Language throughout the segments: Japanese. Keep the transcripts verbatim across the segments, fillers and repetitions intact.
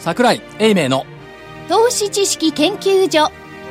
櫻井英明の投資知識研究所。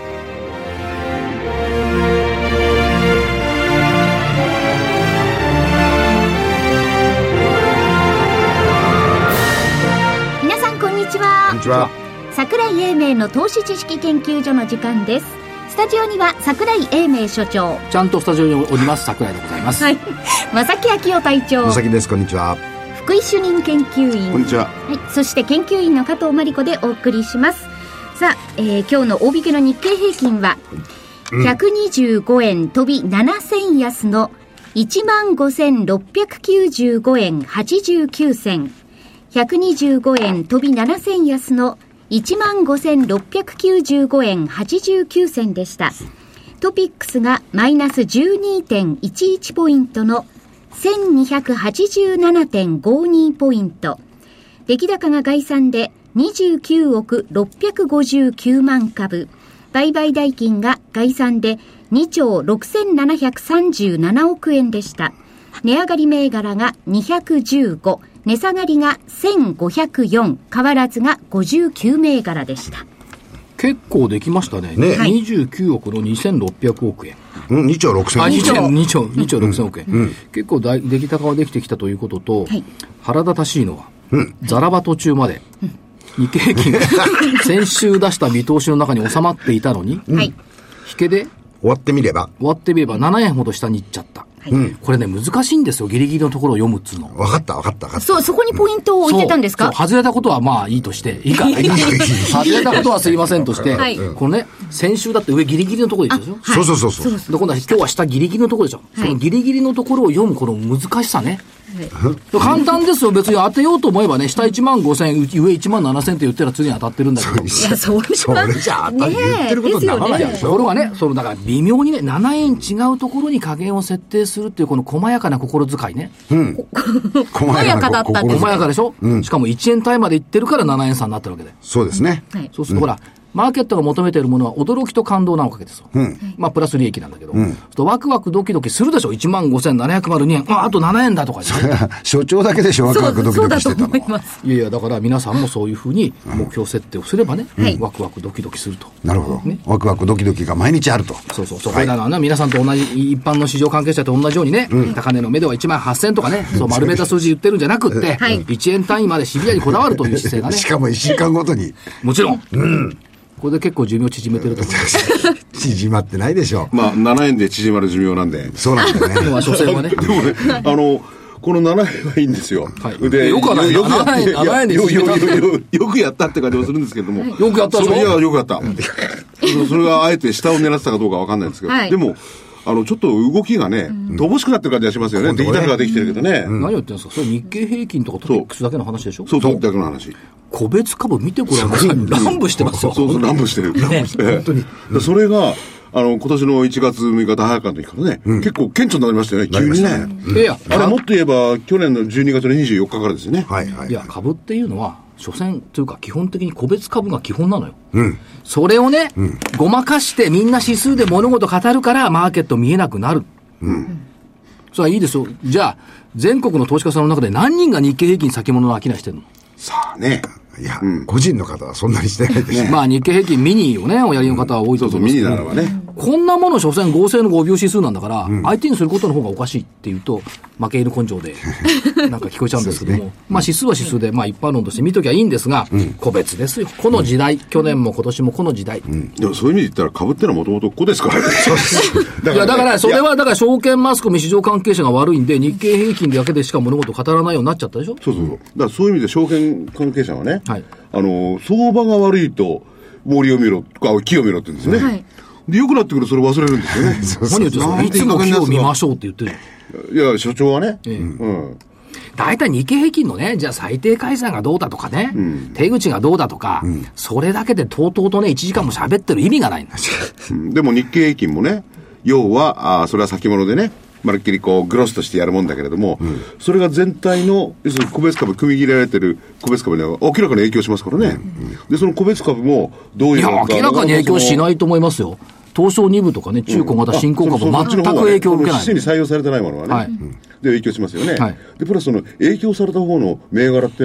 皆さんこんにちは。 こんにちは。 櫻井英明の投資知識研究所の時間です。スタジオには櫻井英明所長、 ちゃんとスタジオにおります櫻井でございます。 はい、正木昭夫隊長、 正木です。こんにちは。 福井主任研究員、 こんにちは。 はい、そして研究員の加藤真理子でお送りします。さあ、えー、今日の大引けの日経平均はひゃくにじゅうごえん飛びなな銭安の いちまんごせんろっぴゃくきゅうじゅうごえんはちじゅうきゅう銭、ひゃくにじゅうごえん飛びなな銭安の いちまんごせんろっぴゃくきゅうじゅうごえんはちじゅうきゅう銭でした。トピックスがマイナス じゅうにてんいちいち ポイントの せんにひゃくはちじゅうななてんごに ポイント、出来高が概算でにじゅうきゅうおくろっぴゃくごじゅうきゅうまんかぶ、売買代金が概算でにちょうろくせんななひゃくさんじゅうななおくえんでした。値上がり銘柄がにひゃくじゅうご、値下がりがせんごひゃくよん、変わらずがごじゅうきゅう銘柄でした。 結構できましたね。ね、にじゅうきゅうおくのにせんろっぴゃくおくえん。 うん、にちょうろくせんおくえん。 にちょう、にちょう、にちょうろくせんおくえん。うん、結構大出来高ができてきたということと、はい、腹立たしいのは、うん、ザラバ途中まで、うん、日経平均が先週出した見通しの中に収まっていたのに、はい、引けで終わってみれば終わってみればななえんほど下に行っちゃった。はい、うん、これね難しいんですよ。ギリギリのところを読むっつうの。 分かった分かった分かった。 そう、そこにポイントを置いてたんですか。 そうそう、外れたことはまあいいとしていいか外れたことはすいませんとして、はい、このね先週だって上ギリギリのところでしょ、 はい、そうそうそうそう。 で今度は今日は下ギリギリのところでしょ、はい、そのギリギリのところを読むこの難しさね、はい、簡単ですよ。別に当てようと思えばね、下いちまんごせん、上いちまんななせんって言ったら次に当たってるんだけど、いやそれそれじゃ当たり、言ってることにならないでしょ。 ところがね、そのだから微妙にねななえん違うところに加減を設定するっていうこの細やかな心遣いね、うん、 細やかだったんです。 細やかでしょ、うん、しかもいちえん単位までいってるからななえん差になってるわけで。 そうですね、 はい、そうすると、うん、ほらマーケットが求めているものは驚きと感動なわけですよ、うん、まあプラス利益なんだけど、うん、とワクワクドキドキするでしょ。 いちまんごせんななひゃくにえん、ああとななえんだとか、ね、 所長だけでしょワクワクドキドキしてたの。 いやいや、だから皆さんもそういうふうに目標設定をすればね、うん、ワクワクドキドキすると。 なるほど、ね、ワクワクドキドキが毎日あると。 そうそうそう、これなのはね、皆さんと同じ一般の市場関係者と同じようにね、うん、高値の目ではいちまんはっせんとかね、そう丸めた数字言ってるんじゃなくって、はい、いちえん単位までシビアにこだわるという姿勢がねしかもいっしゅうかんごとにもちろん、うん、これで結構寿命縮めてると思います縮まってないでしょう。 まあななえんで縮まる寿命なんで。 そうなんだね。 まあ所詮はね。 でもね、あのこのななえんはいいんですよ。 はい、でよくはない。よくやった。ななえんで縮めた。 よ, よくやったって感じもするんですけれども。 よくやったでしょ。 いやよくやった。それがあえて下を狙ってたかどうかわかんないんですけど、はい、でも。あのちょっと動きがね、うん、乏しくなってる感じがしますよね。出来高ができてるけどね、 うん、何を言ってるんですか。それ日経平均とかトピックスだけの話でしょ。 そう、トピックスだけの話。 個別株見てごらんなさい。乱舞してますよ。 そうそう、乱舞してる。乱舞してる。本当に。それがあの今年のいちがつむいか大発会の時からね、うん、結構顕著になりましたよね。急にね。うん、いや、あれもっと言えば去年のじゅうにがつのにじゅうよっかからですよね。 はいはい。 いや、株っていうのは。所詮というか基本的に個別株が基本なのよ、うん、それをね、うん、ごまかしてみんな指数で物事語るからマーケット見えなくなる、うん、それはいいですよ。じゃあ全国の投資家さんの中で何人が日経平均先物の商いしてるの。 さあね、 いや、うん、個人の方はそんなにしてないですね。 まあ日経平均ミニをねおやりの方は多いと思いますけど、 そうそうミニならばね、 こんなもの所詮合成のごびょう指数なんだから、うん、相手にすることの方がおかしいっていうと負け犬根性でなんか聞こえちゃうんですけども、ね、まあ指数は指数で、まあ一般論として見ときゃいいんですが、うん、個別ですよ。この時代、うん、去年も今年もこの時代、 うん、でもそういう意味で言ったら株ってのはもともとここですからね。 だからね、いやだからそれはだから証券マスコミ市場関係者が悪いんで日経平均だけでしか物事を語らないようになっちゃったでしょ。 そうそうそう。だからそういう意味で証券関係者はね、はい、あの相場が悪いと森を見ろとか木を見ろって言うんですよね、はい、で良くなってくるとそれ忘れるんですよね。 そうそうそう、何言ってんの。いつも木を見ましょうって言ってる。 いや所長はね、ええ、うん、 大体日経平均のね、じゃあ最低解散がどうだとかね、うん、手口がどうだとか、うん、それだけでとうとうとねいちじかんも喋ってる意味がないんですよ。でも日経平均もね、要はあそれは先物でねまるっきりこうグロスとしてやるもんだけれども、うん、それが全体の要するに個別株組み切られてる個別株には明らかに影響しますからね、うんうん、でその個別株もどういうのか。 いや明らかに影響しないと思いますよ。東証に部とかね、中小型新興株は全く影響を受けない。 市に採用されてないものはね、はい、で影響しますよね、はい、でプラスその影響された方の銘柄っていうのは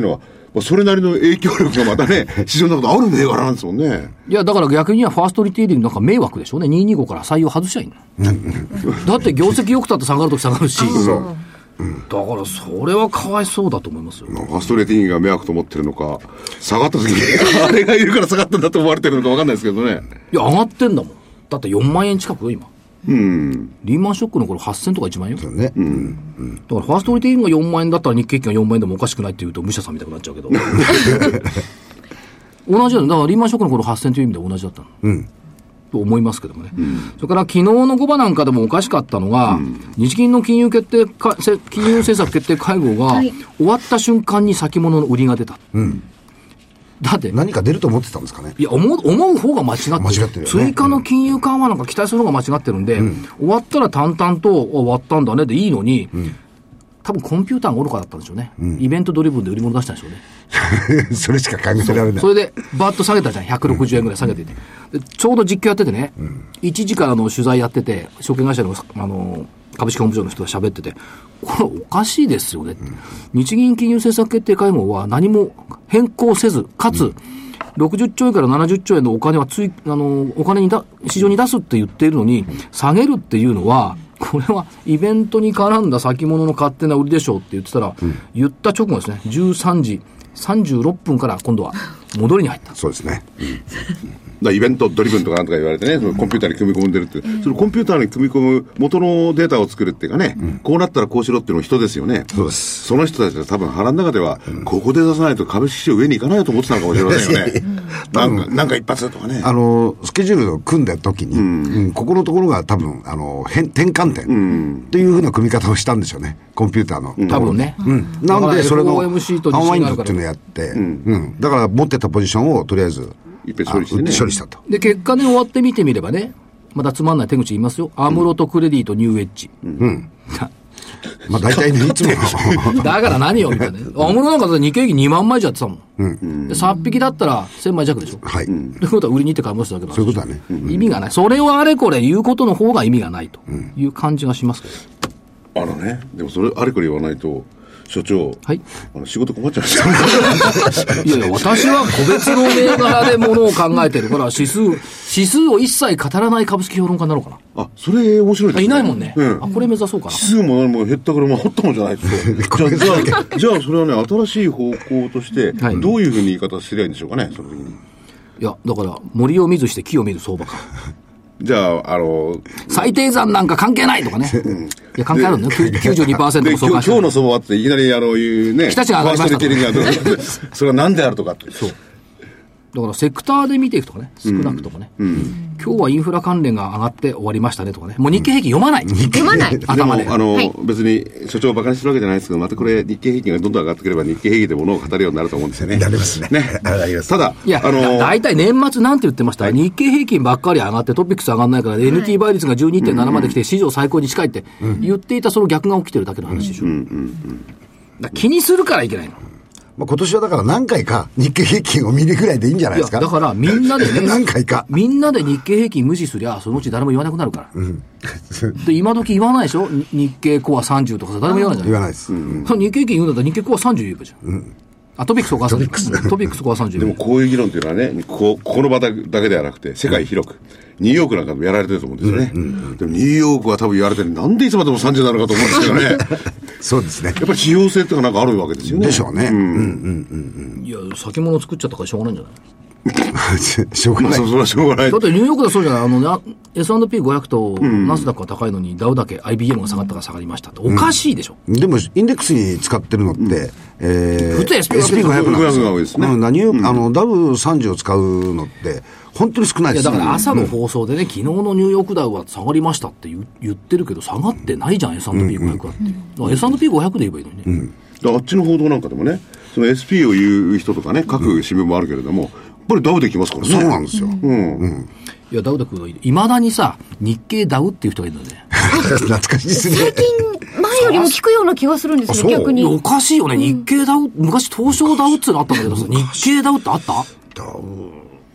それなりの影響力がまたね、市場の中である銘柄なんですもんね。 いや、だから逆にはファーストリテイリングなんか迷惑でしょうね。にひゃくにじゅうごから採用外しちゃいいの。だって業績良くたって下がるとき下がるし。うん、だからそれはかわいそうだと思いますよ。 ファーストレーティングが迷惑と思ってるのか、下がった時にあれがいるから下がったんだと思われてるのか分かんないですけどね。 いや、上がってんだもん。だってよんまんえん近くよ今。 うん、 リーマンショックの頃はっせんとかいちまんえんよ。 そうね。うん。うん、 だからファーストリテイリングがよんまんえんだったら日経平均がよんまんえんでもおかしくないって言うと武者さんみたいになっちゃうけど。同じだよ。だからリーマンショックの頃はっせんという意味で同じだったの。うん。と思いますけどもね、うん、それから昨日のごばなんかでもおかしかったのが、うん、日銀の金融決定か金融政策決定会合が終わった瞬間に先物の売りが出た、うん、だって何か出ると思ってたんですかね。 いや、思う、思う方が間違ってる。 間違ってるよね。 追加の金融緩和なんか期待する方が間違ってるんで、うん、終わったら淡々と終わったんだねでいいのに、うん、多分コンピューターが愚かだったんでしょうね、うん、イベントドリブンで売り物出したんでしょうね。 それしか考えられない。 それでバッと下げたじゃん。ひゃくろくじゅうえんぐらい下げていて、でちょうど実況やっててね、うん、いちじからの取材やってて、証券会社の、あの株式本部長の人が喋ってて、これおかしいですよね、うん、日銀金融政策決定会合は何も変更せず、かつ、うん、ろくじゅっちょうえんからななじゅっちょうえんのお金はつい、あのお金にだ市場に出すって言っているのに、下げるっていうのは、これはイベントに絡んだ先物の勝手な売りでしょうって言ってたら、うん、言った直後ですね、じゅうさんじさんじゅうろっぷんから今度は戻りに入った。 そうですね。うん、 だイベントドリブンとかなんとか言われてね、そのコンピューターに組み込んでるって、うん、そのコンピューターに組み込む元のデータを作るっていうかね、うん、こうなったらこうしろっていうのは人ですよね。 そうです。 その人たちは多分腹の中では、うん、ここで出さないと株式市場上に行かないと思ってたのかもしれませんよね。なんか、なんか一発とかね。 あの、スケジュールを組んだ時に、うんうん、ここのところが多分、あの、変、転換点、うん、というふうな組み方をしたんでしょうね。コンピューターの。 うん、多分ね。 うん。なので、それの、アンワインドっていうのをやって、 うんうん、だから持ってたポジションをとりあえず、 一遍処理して、ね、 処理したと。 で、結果で終わってみてみればね、またつまんない手口言いますよ。アムロとクレディとニューエッジ。うん。うんまあ大体ね、いつも。 だから何よみたいな。アムロなんか日経平均にまんまいじゃってたもん。うん。で、さんびきだったらせんまい弱でしょ。 はい。ということは売りに行って買い戻すだけなんです。 そういうことだね。 うん、意味がない。それをあれこれ言うことの方が意味がないという感じがしますけど。あのね、でもそれあれこれ言わないと、所長、 はい、 あの仕事困っちゃいました。 いやいや、私は個別の銘柄でものを考えてるから、指数、指数を一切語らない株式評論家になろうかな。 あ、それ面白いですね。 いないもんね。うん、あ、これ目指そうかな。 指数も何も減ったからもうほったもんじゃないですよ。じゃあ、じゃあ、じゃあそれはね、新しい方向として、どういうふうに言い方すればいいんでしょうかね、その時に。 いや、だから、森を見ずして木を見る相場か。 じゃあ、あの、 最低算なんか関係ないとかね。いや、関係あるんだよ。きゅうじゅうにパーセント も相関してる。 今日の相場っていきなり、あの、いうね。 日立が上がりましたと。 それは何であるとかって。 そう。だからセクターで見ていくとかね、少なくともね、うんうん、今日はインフラ関連が上がって終わりましたねとかね、もう日経平均読まない、うん、 読まない頭で。 でもあの、はい、別に所長をバカにしてるわけじゃないですけど、またこれ日経平均がどんどん上がってくれば日経平均で物を語るようになると思うんですよね。 なりますね。 ね。ただ、 いや、あのー、大体年末なんて言ってました、はい、日経平均ばっかり上がってトピックス上がらないから、はい、エヌティー 倍率が じゅうにてんなな まで来て史上最高に近いって言っていたその逆が起きてるだけの話でしょ。うんうんうん、だ気にするからいけないの。 まあ、今年はだから何回か日経平均を見るぐらいでいいんじゃないですか。 いやだからみんなでね何回かみんなで日経平均無視すりゃそのうち誰も言わなくなるから、うん、で今時言わないでしょ。日経コアさんじゅうとかさ誰も言わないじゃん。 言わないです、うん、 日経平均言うんだったら日経コアさんじゅう言えばいいじゃん、うん、あトピックスコアさんじゅうトピックスコアさんじゅう。 でもこういう議論っていうのはね、こ, ここの場だけではなくて世界広く、うん、ニューヨークなんかでもやられてると思うんですよね、うんうんうん、でもニューヨークは多分言われてるなんでいつまでもさんじゅうなのかと思うんですけどねそうですね。 やっぱり指標性ってのがなんかあるわけですよね。 でしょうね、うんうんうんうん、いや先物作っちゃったからしょうがないんじゃないしょうがない。 そうそれはしょうがない。 だってニューヨークだそうじゃない。あの エスアンドピーごひゃく とナスダックが高いのに、うん、ダウだけ アイビーエム が下がったから下がりましたっておかしいでしょ、 うん、でもインデックスに使ってるのって、うんえー、 普通 エスピーごひゃくなんですよ。 が多いですね。 うん、何を、うん、あのダウさんじゅうを使うのって本当に少ないです。 いやだから朝の放送でね、うん、昨日のニューヨークダウは下がりましたって言、言ってるけど下がってないじゃん エスアンドピーごひゃく はって、うんうん、エスアンドピーごひゃく で言えばいいのにね、うん、 あっちの報道なんかでもね、その エスピー を言う人とかね、各新聞もあるけれども、うん、やっぱりダウできますからね。 そうなんですよ、うんうん、いやダウだけどいまだにさ日経ダウっていう人がいるんだね懐かしいですね。 最近前よりも聞くような気がするんですよ逆に。 おかしいよね、うん、日経ダウ昔東証ダウってのあったんだけどさ日経ダウってあった？ ダウ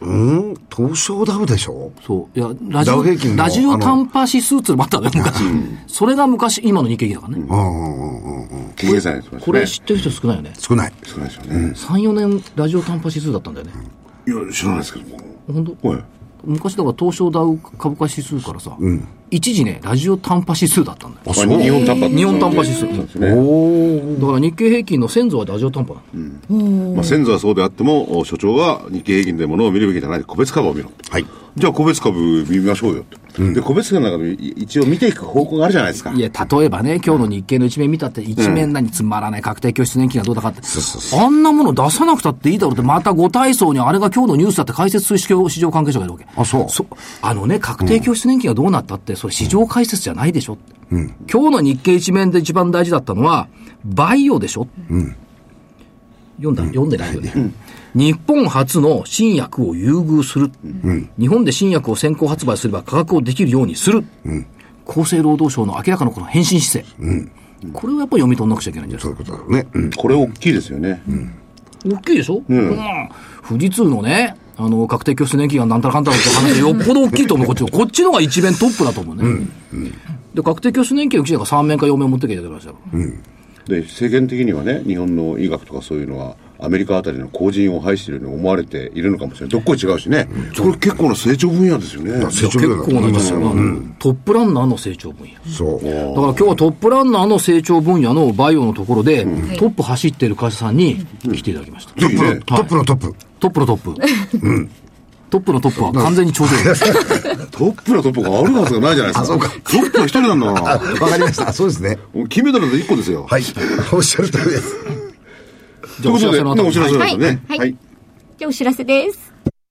うん東証ダウでしょ。 そういやラジオラジオ短波指数ってのもあったんだよ昔、うん、それが昔今の日経平均だからね、うんうんうん、これ、 これ知ってる人少ないよね。 少ない少ないですよね。 さん、よねんラジオ短波指数だったんだよね。 いや知らないですけども。 本当？はい。昔だから東証ダウ株価指数からさ、うん、一時ねラジオ短波指数だったんだよ。 あ、そう。日本短波。 日本短波指数なんですね。おだから日経平均の先祖はラジオ短波なの、 うんまあ、先祖はそうであっても所長は日経平均でものを見るべきじゃない、個別株を見ろ、はい、じゃあ個別株見ましょうよと、うん、で個別株の中で一応見ていく方向があるじゃないですか。 いや例えばね今日の日経の一面見たって一面何つまらない確定拠出年金がどうだかって、うん、あんなもの出さなくたっていいだろうってまたご体操にあれが今日のニュースだって解説する市場関係者がいるわけ。 あそうそあのね確定拠出年金がどうなったってそれ市場解説じゃないでしょ、うん、今日の日経一面で一番大事だったのはバイオでしょ、うん、読んだ、うん、読んでないよね、うん、日本初の新薬を優遇する、うん、日本で新薬を先行発売すれば価格をできるようにする、うん、厚生労働省の明らかなこの変身姿勢、うん、これをやっぱり読み取んなくちゃいけないんじゃないですか。 そういうことだね、うん、これ大きいですよね、うん、 大きいでしょ、うんうん、富士通のねあの確定拠出年金がなんたらかんたらって話よっぽど大きいと思うこっちのこっちのが一面トップだと思うね、うんうん、で確定拠出年金の記者がさんめんかよんめん持ってきていただきましたよ、うんで世間的にはね日本の医学とかそういうのはアメリカあたりの後陣を排しているように思われているのかもしれない。どっこい違うしね、うん、これ結構な成長分野ですよね。 成長分野だと思いますよ、うん、トップランナーの成長分野。 そうだから今日はトップランナーの成長分野のバイオのところで、うん、トップ走っている会社さんに来ていただきました、 うん、トップの、はい、トップのトップトップのトップうんトップのトップは完全に頂上ですトップのトップがあるはずがないじゃないですか。あ、そうか。トップは一人なんだな。 わかりました。そうですね。 金メダルで一個ですよ。 はい。おっしゃる通りです。 じゃあお知らせの後、 お知らせの後ね。はい。 はいはい、じゃあお知らせです。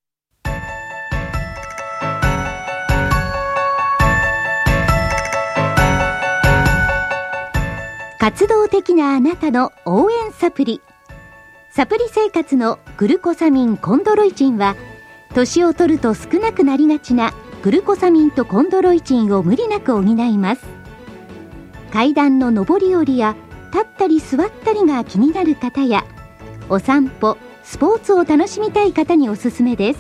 活動的なあなたの応援サプリ。サプリ生活のグルコサミンコンドロイチンは年を取ると少なくなりがちなグルコサミンとコンドロイチンを無理なく補います。階段の上り下りや立ったり座ったりが気になる方やお散歩、スポーツを楽しみたい方におすすめです。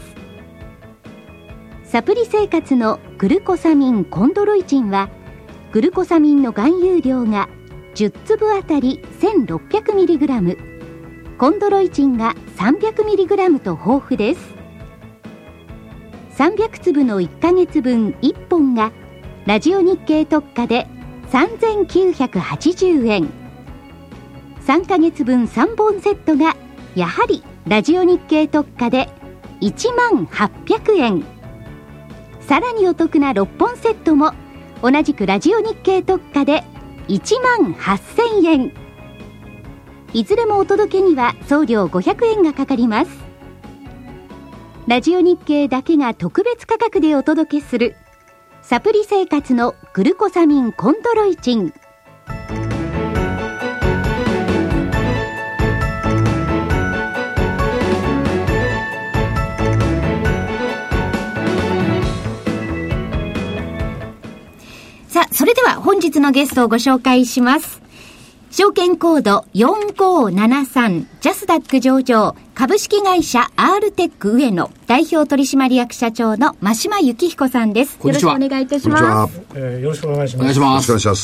サプリ生活のグルコサミンコンドロイチンはグルコサミンの含有量がじゅっつぶあたり せんろっぴゃくミリグラム、コンドロイチンが さんびゃくミリグラム と豊富です。さんびゃくつぶのいっかげつぶんいっぽんがラジオ日経特価でさんぜんきゅうひゃくはちじゅうえん、さんかげつぶんさんぼんセットがやはりラジオ日経特価でいちまんはっぴゃくえん、さらにお得なろっぽんセットも同じくラジオ日経特価でいちまんはっせんえん、いずれもお届けには送料ごひゃくえんがかかります。ラジオ日経だけが特別価格でお届けするサプリ生活のグルコサミンコンドロイチン。さあ、それでは本日のゲストをご紹介します。証券コードよんごーななさんジャスダック上場株式会社 アールテック 上野代表取締役社長の真島幸彦さんです。よろしくお願いいたします。 えー、よろしくお願いします。 お願いします。 よろしくお願いします。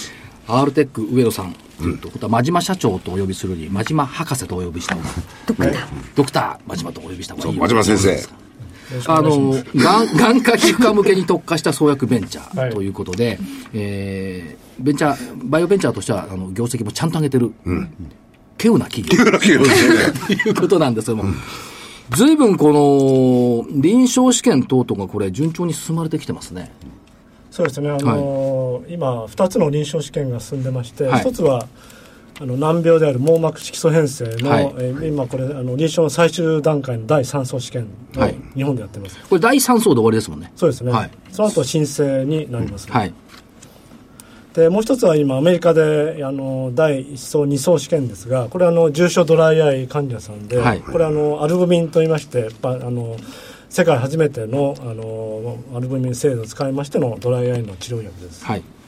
アールテック 上野さんということは真島社長とお呼びするに真島博士とお呼びした方がドクター、 ドクター真島とお呼びした方がいい。 真島先生、 あの眼科皮膚科向けに特化した創薬ベンチャーということで、はい、えー、ベンチャーバイオベンチャーとしてはあの業績もちゃんと上げてる、うん、稀有な企業ということなんですけども、うん、ずいぶんこの臨床試験等々がこれ順調に進まれてきてますね。 そうですね、あのーはい、今ふたつの臨床試験が進んでまして、はい、ひとつはあの難病である網膜色素変性の、はい、えー、今これあの臨床の最終段階のだいさんそう試験を日本でやってます、はい、 これだいさんそうで終わりですもんね。 そうですね、はい、その後申請になります、ね、 うん、はい。 でもう一つは今アメリカであのだいいっそうにそう試験ですが、これはあの重症ドライアイ患者さんで、はい、これはあのアルブミンといいまして、あの世界初めての、あのアルブミン製剤を使いましてのドライアイの治療薬です、 はい。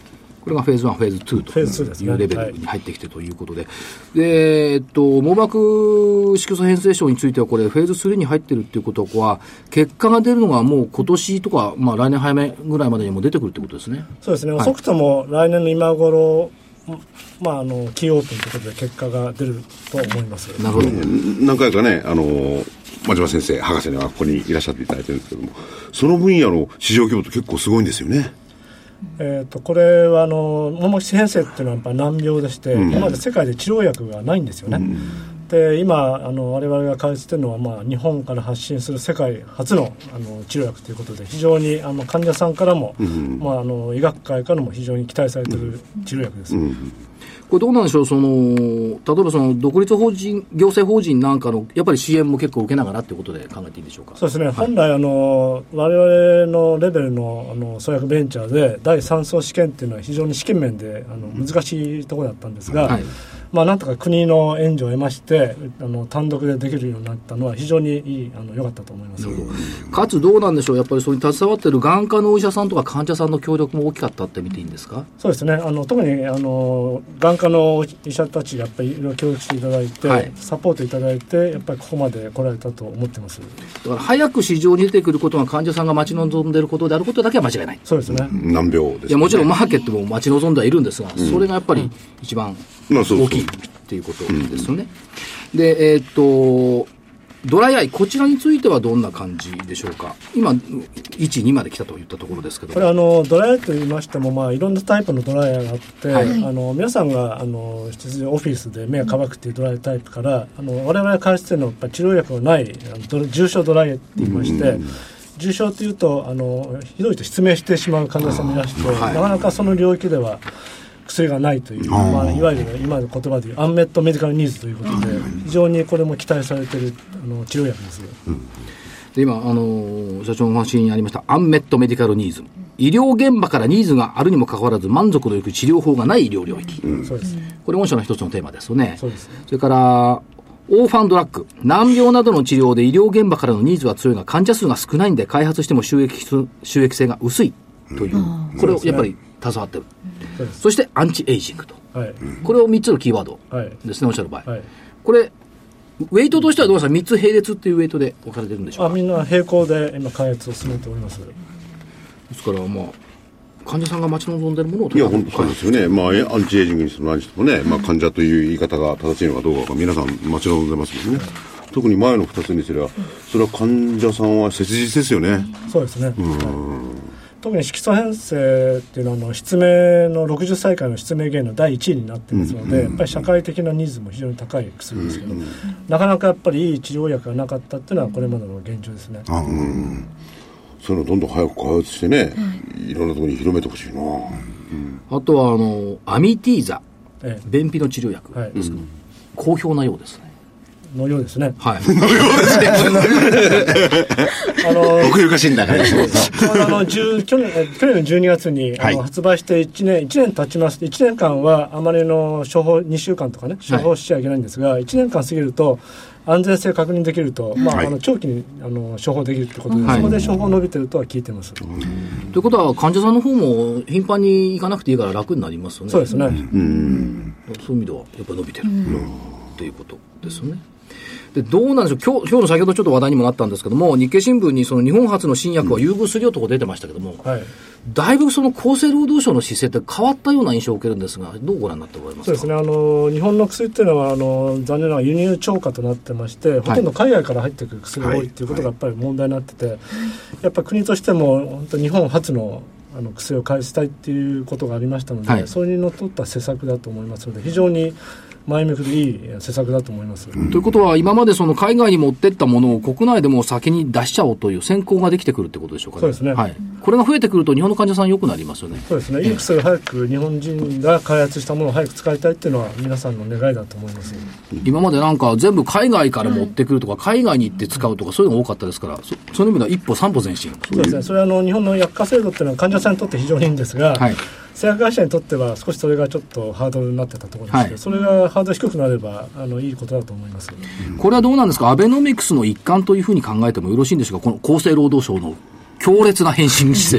これがフェーズワン、フェーズツーというレベルに入ってきてということで、はい、で、えっと、網膜色素変性症についてはこれフェーズスリーに入ってるっていうことは、結果が出るのがもう今年とか、まあ来年早めぐらいまでにも出てくるってことですね。 そうですね。はい、遅くとも来年の今頃、まあ、あのキーオープンということで結果が出ると思います。 なるほど。 何回かね、あの真島先生博士にはここにいらっしゃっていただいてるんですけども、その分野の市場規模って結構すごいんですよね。 えー、とこれはあの網膜変性っていうのはやっぱ難病でして、うん、今まで世界で治療薬がないんですよね。うん、で今あの我々が開発しているのは、まあ、日本から発信する世界初の、あの治療薬ということで、非常にあの患者さんからも、うん、まあ、あの医学界からも非常に期待されている治療薬です。うんうん、 これどうなんでしょう、その例えばその独立法人行政法人なんかのやっぱり支援も結構受けながらということで考えていいんでしょうか。 そうですね、はい、本来あの我々のレベルの、あの創薬ベンチャーでだいさん層試験っていうのは非常に試験面であの難しいところだったんですが、はい、まあ、なんとか国の援助を得ましてあの単独でできるようになったのは非常にいいあの良かったと思います。 かつどうなんでしょう、やっぱりそれに携わっている眼科のお医者さんとか患者さんの協力も大きかったって見ていいんですか。 そうですね、あの特にあの眼科の医者たちやっぱりいろいろ協力していただいて、はい、サポートいただいてやっぱりここまで来られたと思ってます。 だから早く市場に出てくることが患者さんが待ち望んでいることであることだけは間違いない。 そうですね、 難病ですね。 いやもちろんマーケットも待ち望んではいるんですが、うん、それがやっぱり一番大きいっていうことですよね。うん、で、えー、っとドライアイ、こちらについてはどんな感じでしょうか。今いち、にまで来たといったところですけど、 これあのドライアイといいましても、まあ、いろんなタイプのドライアイがあって、はい、あの皆さんがあのオフィスで目が乾くっていうドライアイタイプから、あの我々が開発しているのはやっぱ治療薬がない重症ドライアイって言いまして、うん、重症というとあのひどいと失明してしまう患者さんもいらして、はい、なかなかその領域では薬がないという、まあ、いわゆる、ね、今の言葉でいうアンメットメディカルニーズということで、非常にこれも期待されているあの治療薬です。うん、 で今あの社長のお話にありましたアンメットメディカルニーズ、医療現場からニーズがあるにもかかわらず満足のいく治療法がない医療領域、うん、そうです。これ御社の一つのテーマですよね。 そうです。 それからオーファンドラッグ、難病などの治療で医療現場からのニーズは強いが患者数が少ないんで開発しても収益収益性が薄いという、うん、これをやっぱり携わってる。うん、そしてアンチエイジングと、はい、これをみっつのキーワードですね、おっしゃる場合、はい、これウェイトとしてはどうですか。みっつ並列っていうウェイトで置かれてるんでしょうか。 あ、みんな並行で今開発を進めております。 ですからまあ患者さんが待ち望んでいるものをいや本当そうですよね。まあアンチエイジングにしても何してもね、まあ、患者という言い方が正しいのかどうかが皆さん待ち望んでますもんね。特に前のふたつにすればそれは患者さんは切実ですよね。 そうですね。うん、特に色素変性っていうのはあの失明のろくじゅっさい以下の失明原因のだいいちいになっていますので、うん、やっぱり社会的なニーズも非常に高い薬ですけど、うん、なかなかやっぱりいい治療薬がなかったっていうのはこれまでの現状ですね。 あ、うん、そういうのどんどん早く開発してね、うん、いろんなところに広めてほしいな。うん、 あとはあのアミティーザ、ええ、便秘の治療薬ですけど、はい、好評なようですね。 のようですね。 はい。のようですね。 あの奥ゆかしいんだから。 ちょうどあの去年去年のじゅうにがつに、はい、あの発売していちねんいちねん経ちます。いちねんかんはあまりの処方にしゅうかんとかね処方しちゃいけないんですが、はい、いちねんかん過ぎると安全性確認できると、まあ、はい、あの長期にあの処方できるということで、はい、そこで処方伸びてるとは聞いてます。ということは患者さんの方も頻繁に行かなくていいから楽になりますよね。 そうですね。うんうんそういう意味ではやっぱり伸びてるということですよね。でどうなんでしょう。今日、今日の先ほどちょっと話題にもなったんですけども、日経新聞にその日本初の新薬は優遇するよとこ出てましたけども、うんはい、だいぶその厚生労働省の姿勢って変わったような印象を受けるんですが、どうご覧になっておられますか。 そうですね、あの日本の薬っていうのはあの残念ながら輸入超過となってまして、ほとんど海外から入ってくる薬が多いっていうことがやっぱり問題になってて、はいはい、やっぱり国としても本当日本初のあの薬を開発したいっていうことがありましたので、はい、それにのっとった施策だと思いますので、非常に前向きでいい施策だと思います。 うん、ということは今までその海外に持ってったものを国内でも先に出しちゃおうという先行ができてくるってことでしょうかね。 そうですね、 はい、これが増えてくると日本の患者さん良くなりますよね。 そうですね、いい薬を早く日本人が開発したものを早く使いたいっていうのは皆さんの願いだと思います。 今までなんか全部海外から持ってくるとか、はい、海外に行って使うとかそういうのが多かったですから、そ, その意味では一歩三歩前進。 そうですね、それはあの日本の薬価制度っていうのは患者さんにとって非常にいいんですが、はい、製薬会社にとっては少しそれがちょっとハードルになってたところですけど、はい、それがハードル低くなればあのいいことだと思います。 これはどうなんですか。アベノミクスの一環というふうに考えてもよろしいんですが、この厚生労働省の強烈な変身姿勢は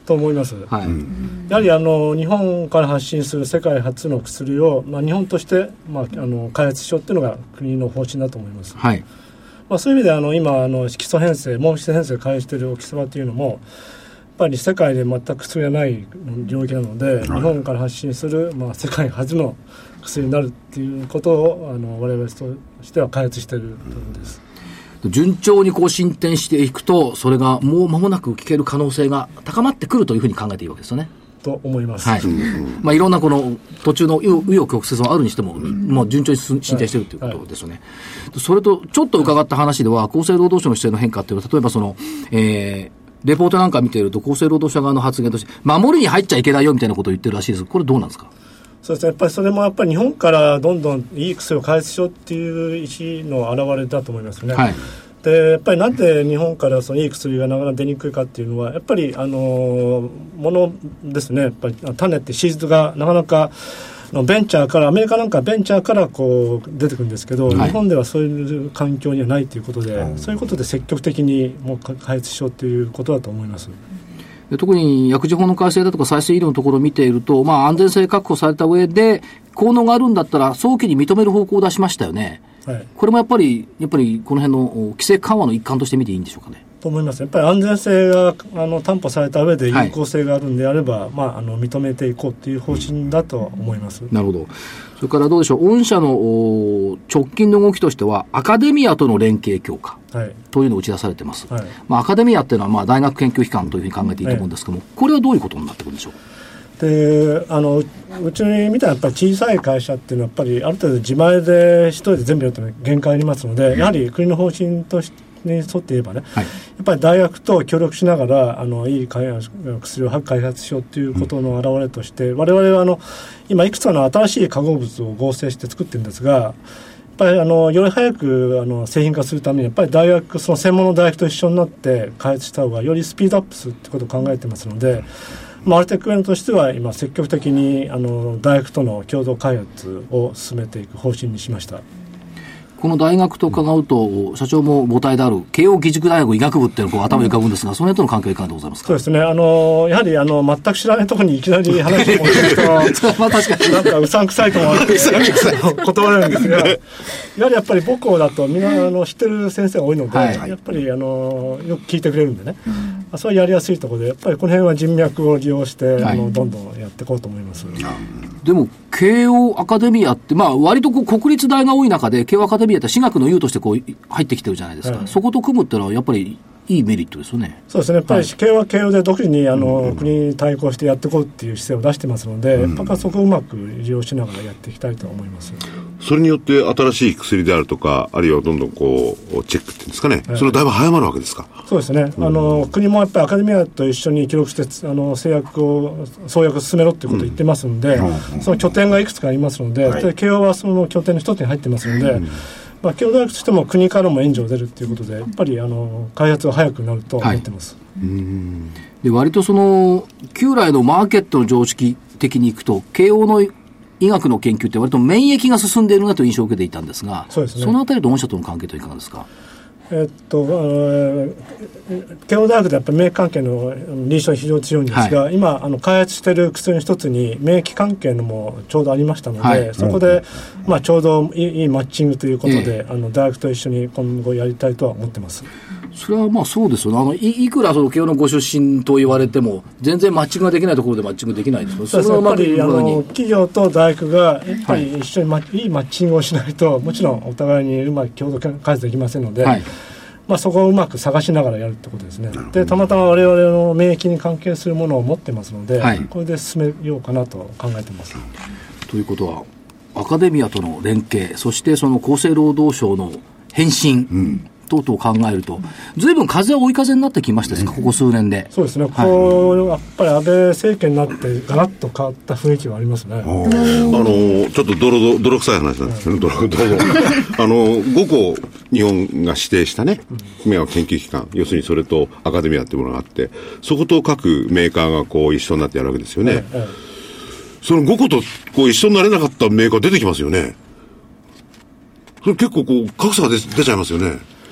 と思います、はい、やはりあの日本から発信する世界初の薬を、まあ、日本として、まあ、あの開発しようというのが国の方針だと思います、はいまあ、そういう意味であの今あの色素変性毛質変性を開発しているオキスバというのもやっぱり世界で全く薬がない領域なので、はい、日本から発信する、まあ、世界初の薬になるっていうことをあの我々としては開発しているところです。 順調にこう進展していくと、それがもう間もなく聞ける可能性が高まってくるというふうに考えていいわけですよね。 と思います。 はい。まあいろんなこの途中の紆余曲折はあるにしても、もう順調に進展しているということですよね。はいはい、それとちょっと伺った話では、厚生労働省の姿勢の変化っていうのは、例えばその、えー、レポートなんか見ていると厚生労働省側の発言として守りに入っちゃいけないよみたいなことを言ってるらしいです。これどうなんですか？ そうですね、やっぱりそれもやっぱり日本からどんどんいい薬を開発しようっていう意思の表れだと思いますね。はいでやっぱりなんで日本からそのいい薬がなかなか出にくいかっていうのはやっぱりあのものですね。やっぱり種ってシーズがなかなかベンチャーからアメリカなんかはベンチャーからこう出てくるんですけど、はい、日本ではそういう環境にはないということで、うん、そういうことで積極的にもう開発しようということだと思います。 で特に薬事法の改正だとか再生医療のところを見ていると、まあ、安全性確保された上で効能があるんだったら早期に認める方向を出しましたよね。はい、これもやっぱりやっぱりこの辺の規制緩和の一環として見ていいんでしょうかね。 と思います。やっぱり安全性があの担保された上で有効性があるんであれば、はいまあ、あの認めていこうという方針だと思います。 なるほど。それからどうでしょう、御社の直近の動きとしてはアカデミアとの連携強化というのを打ち出されてます、はいまあ、アカデミアっていうのはまあ大学研究機関というふうに考えていいと思うんですけども、はい、これはどういうことになってくるんでしょう。 であのうちみたいなやっぱり小さい会社っていうのはやっぱりある程度自前で一人で全部やると限界ありますので、やはり国の方針としてに沿って言えばね、はい、やっぱり大学と協力しながらあのいい薬を開発しようということの表れとして、うん、我々はあの今いくつかの新しい化合物を合成して作ってるんですが、やっぱりあのより早くあの製品化するためにやっぱり大学その専門の大学と一緒になって開発した方がよりスピードアップするということを考えてますので、まあ、アルテックウェンとしては今積極的にあの大学との共同開発を進めていく方針にしました。 この大学と伺うと、うん、社長も母体である慶応義塾大学医学部っていうのを頭に浮かぶんですが、うん、その辺との関係はいかがでございますか。 そうですね、あのやはりあの全く知らないところにいきなり話を持ってるとまあ確かになんかうさんくさいと思われて断れるんですが、やはりやっぱり母校だとみんなあの知ってる先生が多いので、はい、やっぱりあのよく聞いてくれるんでね、うん、それはやりやすいところでやっぱりこの辺は人脈を利用して、はい、あのどんどんやっていこうと思います。 でも慶応アカデミアって、まあ、割とこう国立大が多い中で慶応アカデミアって私学の優としてこう入ってきてるじゃないですか、はい、そこと組むってのはやっぱりいいメリットですよね。 そうですね、やっぱり慶応は慶応で独自にあの、うん、国に対抗してやっていこうっていう姿勢を出してますので、うん、やっぱそこをうまく利用しながらやっていきたいと思います。 それによって新しい薬であるとかあるいはどんどんこうチェックっていうんですかね、はい、それはだいぶ早まるわけですか。 そうですね、うん、あの国もやっぱりアカデミアと一緒に協力してあの製薬を創薬を進めろっていうことを言ってますので、うん、その拠点がいくつかありますので、はい、慶応はその拠点の一つに入ってますので、うんまあ、慶応大学としても国からも援助を出るということでやっぱりあの開発が早くなると思ってます、はい、うんで割とその旧来のマーケットの常識的にいくと慶応の医学の研究って割と免疫が進んでいるなという印象を受けていたんですが、 そうですね、そのあたりと御社との関係といかがですか。 えっと、慶応大学でやっぱり免疫関係の臨床非常に強いんですが、はい、今あの開発している薬の一つに免疫関係のもちょうどありましたので、はい、そこで、まあ、ちょうどいい、いいマッチングということで、えー、あの大学と一緒に今後やりたいとは思ってます。 それはまあそうですよね。あの い, いくらその慶応のご出身と言われても全然マッチングができないところでマッチングできないですよ。 それはやっぱりあの企業と大学がやっぱり一緒に、はい、いいマッチングをしないともちろんお互いにうまく共同開発できませんので、はいまあ、そこをうまく探しながらやるってことですね。でたまたま我々の免疫に関係するものを持ってますので、はい、これで進めようかなと考えてます。 ということはアカデミアとの連携、そしてその厚生労働省の返信、うん等々考えると、ずいぶん風は追い風になってきましたですか、ここ数年で。 そうですね、はい、こうやっぱり安倍政権になってガラッと変わった雰囲気はありますね。あのちょっと泥泥臭い話なんですけど、はい、あのごこ日本が指定したねメガ研究機関、要するにそれとアカデミアっていうものがあって、そこと各メーカーがこう一緒になってやるわけですよね、ええ、そのごことこう一緒になれなかったメーカー出てきますよね。それ結構こう格差が 出, 出ちゃいますよね。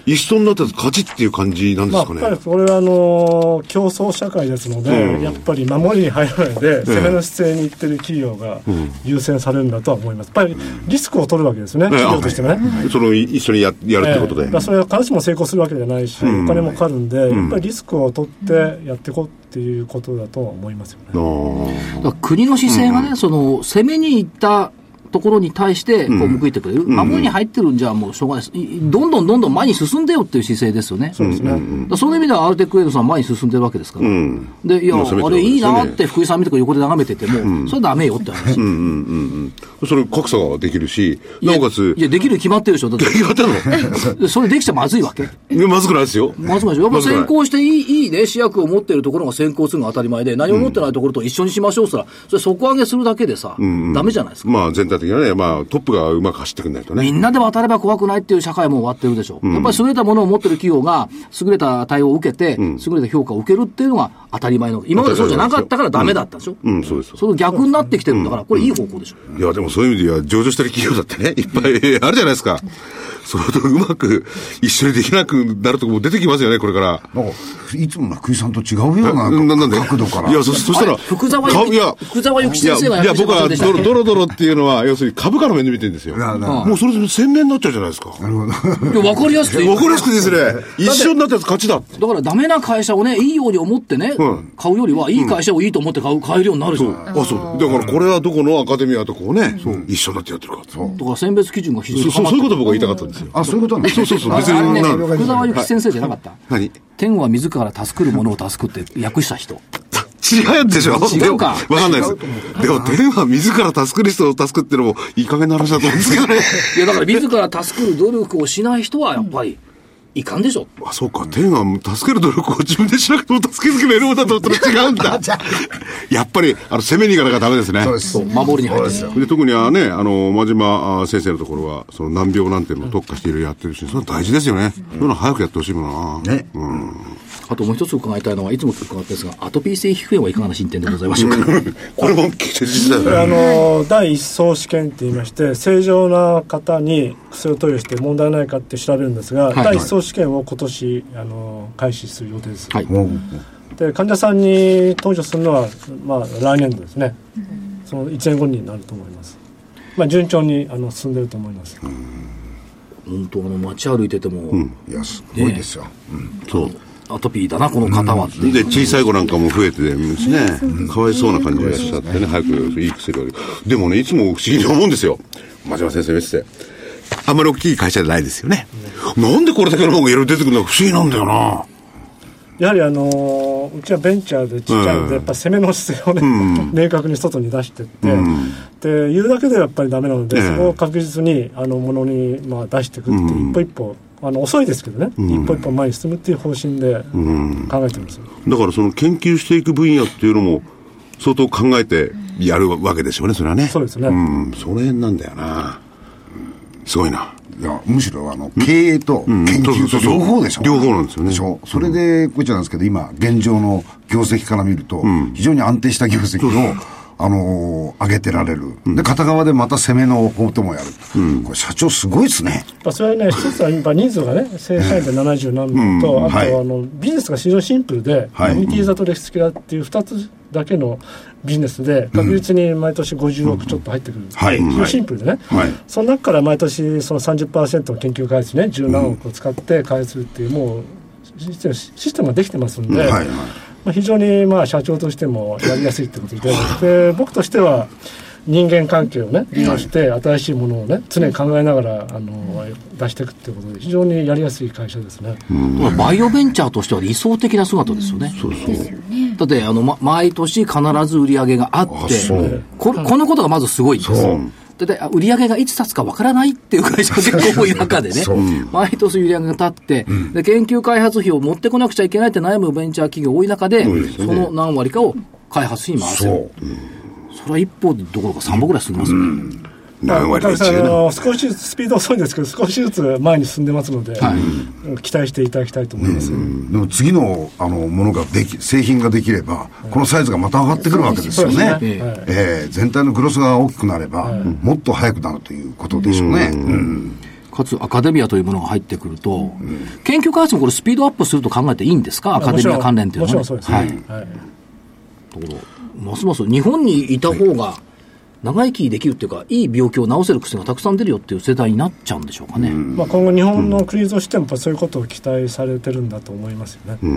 一緒になったやつ勝ちっていう感じなんですかね。 まあ、やっぱりこれはあの競争社会ですので、うん、やっぱり守りに入らないで、攻めの姿勢にいってる企業が優先されるんだとは思います。やっぱりリスクを取るわけですね、うん、企業としてもね。 その一緒に や, やるってことで、えー、それは必ずしも成功するわけじゃないし、うん、お金もかかるんで、やっぱりリスクを取ってやっていこうっていうことだとは思いますよね。 だから国の姿勢がね、うん、その攻めに行ったところに対してこう報いてくれる、うん、守りに入ってるんじゃもうしょうがないです。どんどんどんどん前に進んでよっていう姿勢ですよね。 そうですね。 だそういう意味ではアルテックエイドさん前に進んでるわけですから、うん、でいや、あれいいなって福井さん見て横で眺めてても、うん、それダメよって話、うんうんうんうん、それ格差ができるし、なおかついやできる決まってるでしょ。だって決まってるのそれできちゃまずいわけ。 いやまずくないですよ。 まずくないですよ。やっぱ先行していい、いいね試薬を持ってるところが先行するのが当たり前で、何も持ってないところと一緒にしましょうすら、それ底上げするだけでさ、うんうん、ダメじゃないですか。 まあ全体的にはね、まあトップがうまく走ってくんないとね。 みんなで渡れば怖くないっていう社会も終わってるでしょ、うん、やっぱり優れたものを持ってる企業が優れた対応を受けて、うん、優れた評価を受けるっていうのが当たり前の、今までそうじゃなかったからダメだったでしょ、 うんうん、そうです。 その逆になってきてるんだから、これいい方向でしょ、 うん、いやでもそういう意味では上場してる企業だってねいっぱいあるじゃないですか。それとうまく一緒にできなくなるとこも出てきますよねこれから。 なんかいつも福井さんと違うような角度から。 いや そ, そしたら福沢諭吉福沢諭吉先生がいや僕はドロドロドロっていうのは要するに株価の面で見てるんですよ。もうそれで鮮明になっちゃうじゃないですか。 なるほど。 いや分かりやすくて分かりやすくですね。一緒になったやつ勝ちだ。 だからダメな会社をねいいように思ってね、うん、買うよりはいい会社をいいと思って買う買えるようになるじゃん、うん、 あそうだからこれはどこのアカデミアとこうね、うん、一緒になってやってるか。 そうだから選別基準が非常にそうそういうこと僕は言いたかったんですよ。 あそういうことなんですそうそうそう別にね、福沢諭吉先生じゃなかった、 はい、 何天は自ら助くる者を助くって訳した人違うでしょ。 違うか分かんないです。でも天は自ら助くる人を助くってのもいい加減な話だと思うんですけどねいやだから自ら助くる努力をしない人はやっぱりいかんでしょ。 あそうか。天は助ける努力を自分でしなくても助けづけるものだと思ったら違うんだやっぱりあの攻めに行かなきゃダメですね。 そうです。守りに入ってる。 で特にはねあの真島先生のところはその難病なんていうのを特化していろいろやってるし、それは大事ですよね、うん、そういうの早くやってほしいもんな、ねうん、 あともう一つ伺いたいのはいつも伺ってるんですがアトピー性皮膚炎はいかがな進展でございましょうかこれも切実だよね。 あの第一層試験って言いまして正常な方に薬を投与して問題ないかって調べるんですが、はい、第一層試験を今年あの開始する予定です、はい、で患者さんに投与するのは、まあ、来年度ですね、うん、そのいちねんごになると思います、まあ、順調にあの進んでると思います。 本当あの街歩いてても、うん、 いやすごいですよ、ねうん、 そうアトピーだなこの方はって、うん、 で小さい子なんかも増えてですね、うん、かわいそうな感じがしちゃってね、早くいい薬を。でもねいつも不思議に思うんですよ。真島先生見ててあんまり大きい会社じゃないですよね、うん、なんでこれだけのものがいろいろ出てくるのか不思議なんだよな。 やはりあのうちはベンチャーでちっちゃいので、うん、やっぱり攻めの姿勢をね、うん、明確に外に出していって、うん、で言うだけではやっぱりダメなので、うん、そこを確実にあのものにまあ出していくっていう、うん、一歩一歩あの遅いですけどね、うん、一歩一歩前に進むっていう方針で考えてます、 うん、だからその研究していく分野っていうのも相当考えてやるわけでしょうね。それはね。 そうですね、 うん、その辺なんだよな。すごいな。 いやむしろあの経営と研究と両方でしょ、 うん、両方なんですよね。 でしょ。それでこっちなんですけど今現状の業績から見ると、うん、非常に安定した業績をあのー、上げてられる、うん、で片側でまた攻めの方ともやる、うん、これ社長すごいですね。 それはね一つは今人数がね正社員でななじゅうなん名と、うん、あと、はい、あのビジネスが非常にシンプルで、はい、コミュニティーザと歴史キラっていうふたつだけのビジネスで確実に毎年ごじゅうおくちょっと入ってくる、うん、非常にシンプルでね、はい、その中から毎年その さんじゅっパーセント の研究開発ねじゅうなんおくを使って開発するっていうもうシステム、システムができてますんで、うんはいはいまあ、非常にまあ社長としてもやりやすいってことで、で僕としては人間関係をね利用して新しいものをね常に考えながらあの出していくってことで非常にやりやすい会社ですね。 うんバイオベンチャーとしては理想的な姿ですよね。うん、そうそうだってあの、ま、毎年必ず売り上げがあってこ, このことがまずすごいんです。だって売り上げがいつ立つかわからないっていう会社が結構多い中でね毎年売り上げが立って、うん、で研究開発費を持ってこなくちゃいけないって悩むベンチャー企業多い中で、うん、その何割かを開発費に回せる。そう、うん、それは一歩どころか三歩ぐらい進みますよね。うん何割か違うな。少しずつスピード遅いんですけど少しずつ前に進んでますので、はい、期待していただきたいと思います、うん、 でも次のあのものができ製品ができれば、はい、このサイズがまた上がってくるわけですよね。そうですね、はいえー、全体のグロスが大きくなれば、はい、もっと速くなるということでしょうね。うんうんかつアカデミアというものが入ってくると、うん、研究開発もこれスピードアップすると考えていいんですか、アカデミア関連というのは、ね、 もちろんそうですね、はい、はい、 ところますます日本にいた方が長生きできるっていうか、いい病気を治せる薬がたくさん出るよっていう世代になっちゃうんでしょうかね、うん、 まあ、今後日本の国としてもそういうことを期待されてるんだと思いますよね、うん、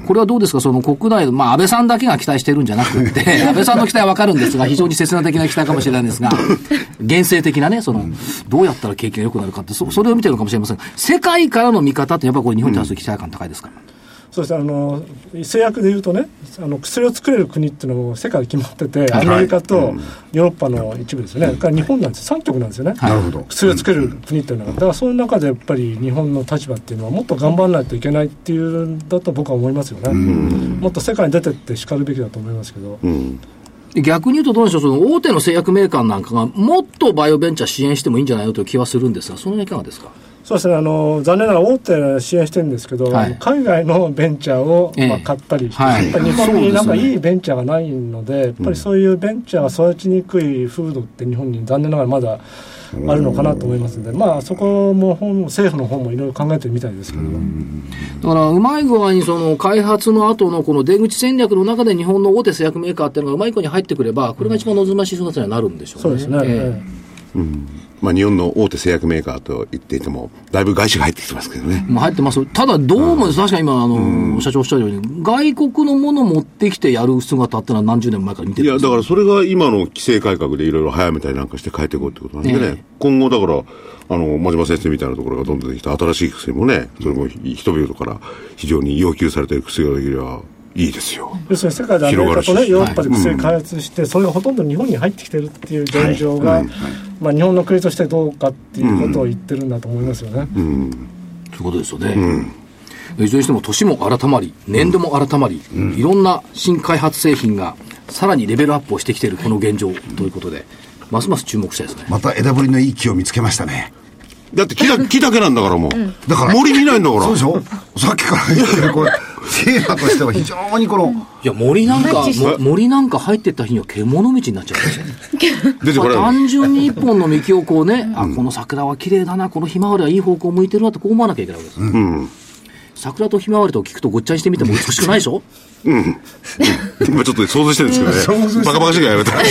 これはどうですか、その国内、まあ、安倍さんだけが期待してるんじゃなくて安倍さんの期待は分かるんですが非常に切な的な期待かもしれないんですが現世的なね、そのどうやったら景気が良くなるかって そ, それを見てるのかもしれませんが、世界からの見方ってやっぱりこれ日本に対する期待感高いですか、うん、 そうですね、あの製薬でいうとね、あの薬を作れる国っていうのも世界で決まってて、アメリカとヨーロッパの一部ですよね、それから日本なんですよ、さんきょくなんですよね、 なるほど、 薬を作れる国っていうのが、だからその中でやっぱり日本の立場っていうのはもっと頑張らないといけないっていうんだと僕は思いますよね、もっと世界に出てってしかるべきだと思いますけど、うん、 逆に言うとどうでしょう、その大手の製薬メーカーなんかがもっとバイオベンチャー支援してもいいんじゃないのという気はするんですが、その辺いかがですか。 そうですね、あの残念ながら大手支援してるんですけど、はい、海外のベンチャーを、まあ、買ったりして、ええ、やっぱり日本になんかいいベンチャーがないので、やっぱりそういうベンチャーが育ちにくい風土って日本に残念ながらまだあるのかなと思いますので、まあ、そこも本政府の方もいろいろ考えてるみたいですけど、 だからうまい具合にその開発の後のこの出口戦略の中で日本の大手製薬メーカーっていうのがうまい具合に入ってくれば、これが一番望ましい姿にはなるんでしょうね。 そうですね、ええ、うん、まあ、日本の大手製薬メーカーと言っていてもだいぶ外資が入ってきてますけどね、 まあ、入ってます。ただどうも、うん、確かに今あの社長おっしゃるように外国のものを持ってきてやる姿ってのは何十年前から見てるんです。 いやだからそれが今の規制改革でいろいろ早めたりなんかして変えていこうってことなんでね、ええ、今後だからあの真島先生みたいなところがどんどんできた新しい薬もね、それも人々から非常に要求されている薬ができればいいですよ。 要するに世界でアメリカと、ね、ヨーロッパで薬開発して、はい、それがほとんど日本に入ってきてるっていう現状が、はい、まあ、日本の国としてどうかっていうことを言ってるんだと思いますよね、うんうん、 そういうことですよね、うん、いずれにしても年も改まり年度も改まり、うん、いろんな新開発製品がさらにレベルアップをしてきているこの現状ということで、ますます注目したいですね。 また枝ぶりのいい木を見つけましたね。 だって木だ、木だけなんだからもう、うん、 だから森見ないんだから。 そうでしょ、さっきから言ってるこれテーマとしては非常にこの、 いや森なんか森なんか入ってった日には獣道になっちゃうんですよ単純に一本の幹をこうね、うん、あこの桜は綺麗だな、このひまわりはいい方向を向いてるなってこう思わなきゃいけないわけです、うん、桜とひまわりと聞くとごっちゃにしてみても美しくないでしょうん、今ちょっと想像してるんですけどね、バカバカしいからやめた